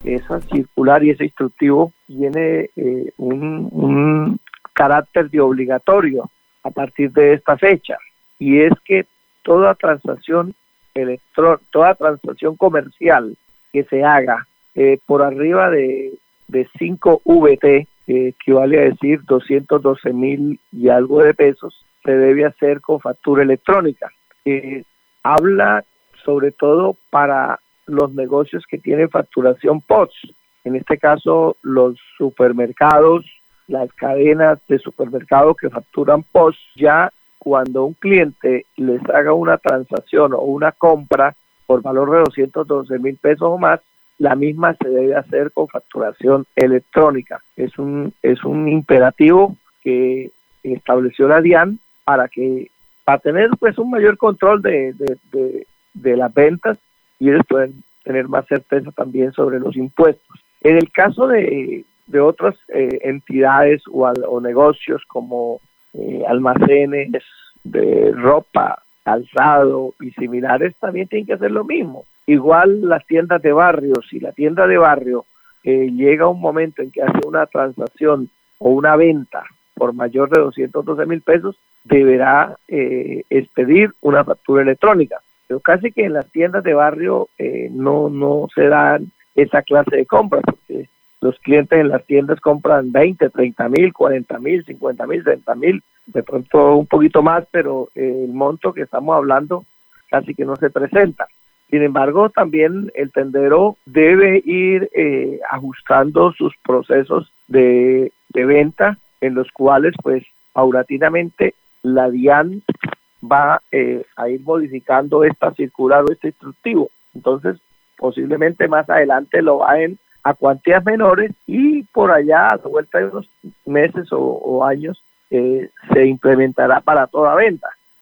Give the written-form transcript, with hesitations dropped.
esa circular y ese instructivo tiene un carácter de obligatorio a partir de esta fecha, y es que toda transacción comercial que se haga por arriba de 5 VT, equivale a decir 212,000 y algo de pesos, se debe hacer con factura electrónica. Habla sobre todo para los negocios que tienen facturación POS, en este caso los supermercados, las cadenas de supermercados que facturan POS. Ya cuando un cliente les haga una transacción o una compra por valor de 212,000 pesos o más, la misma se debe hacer con facturación electrónica. Es un imperativo que estableció la DIAN para tener pues un mayor control de las ventas, y ellos pueden tener más certeza también sobre los impuestos. En el caso de otras entidades o negocios como almacenes de ropa, calzado y similares, también tienen que hacer lo mismo. Igual las tiendas de barrio, si la tienda de barrio llega un momento en que hace una transacción o una venta por mayor de 212,000 pesos, deberá expedir una factura electrónica. Pero casi que en las tiendas de barrio no se dan esa clase de compras, porque los clientes en las tiendas compran 20, 30,000, 40,000, 50,000, 30,000, de pronto un poquito más, pero el monto que estamos hablando casi que no se presenta. Sin embargo, también el tendero debe ir ajustando sus procesos de venta, en los cuales pues paulatinamente la DIAN va a ir modificando esta circular o este instructivo. Entonces, posiblemente más adelante lo bajen a cuantías menores, y por allá a la vuelta de unos meses o años se implementará para toda venta.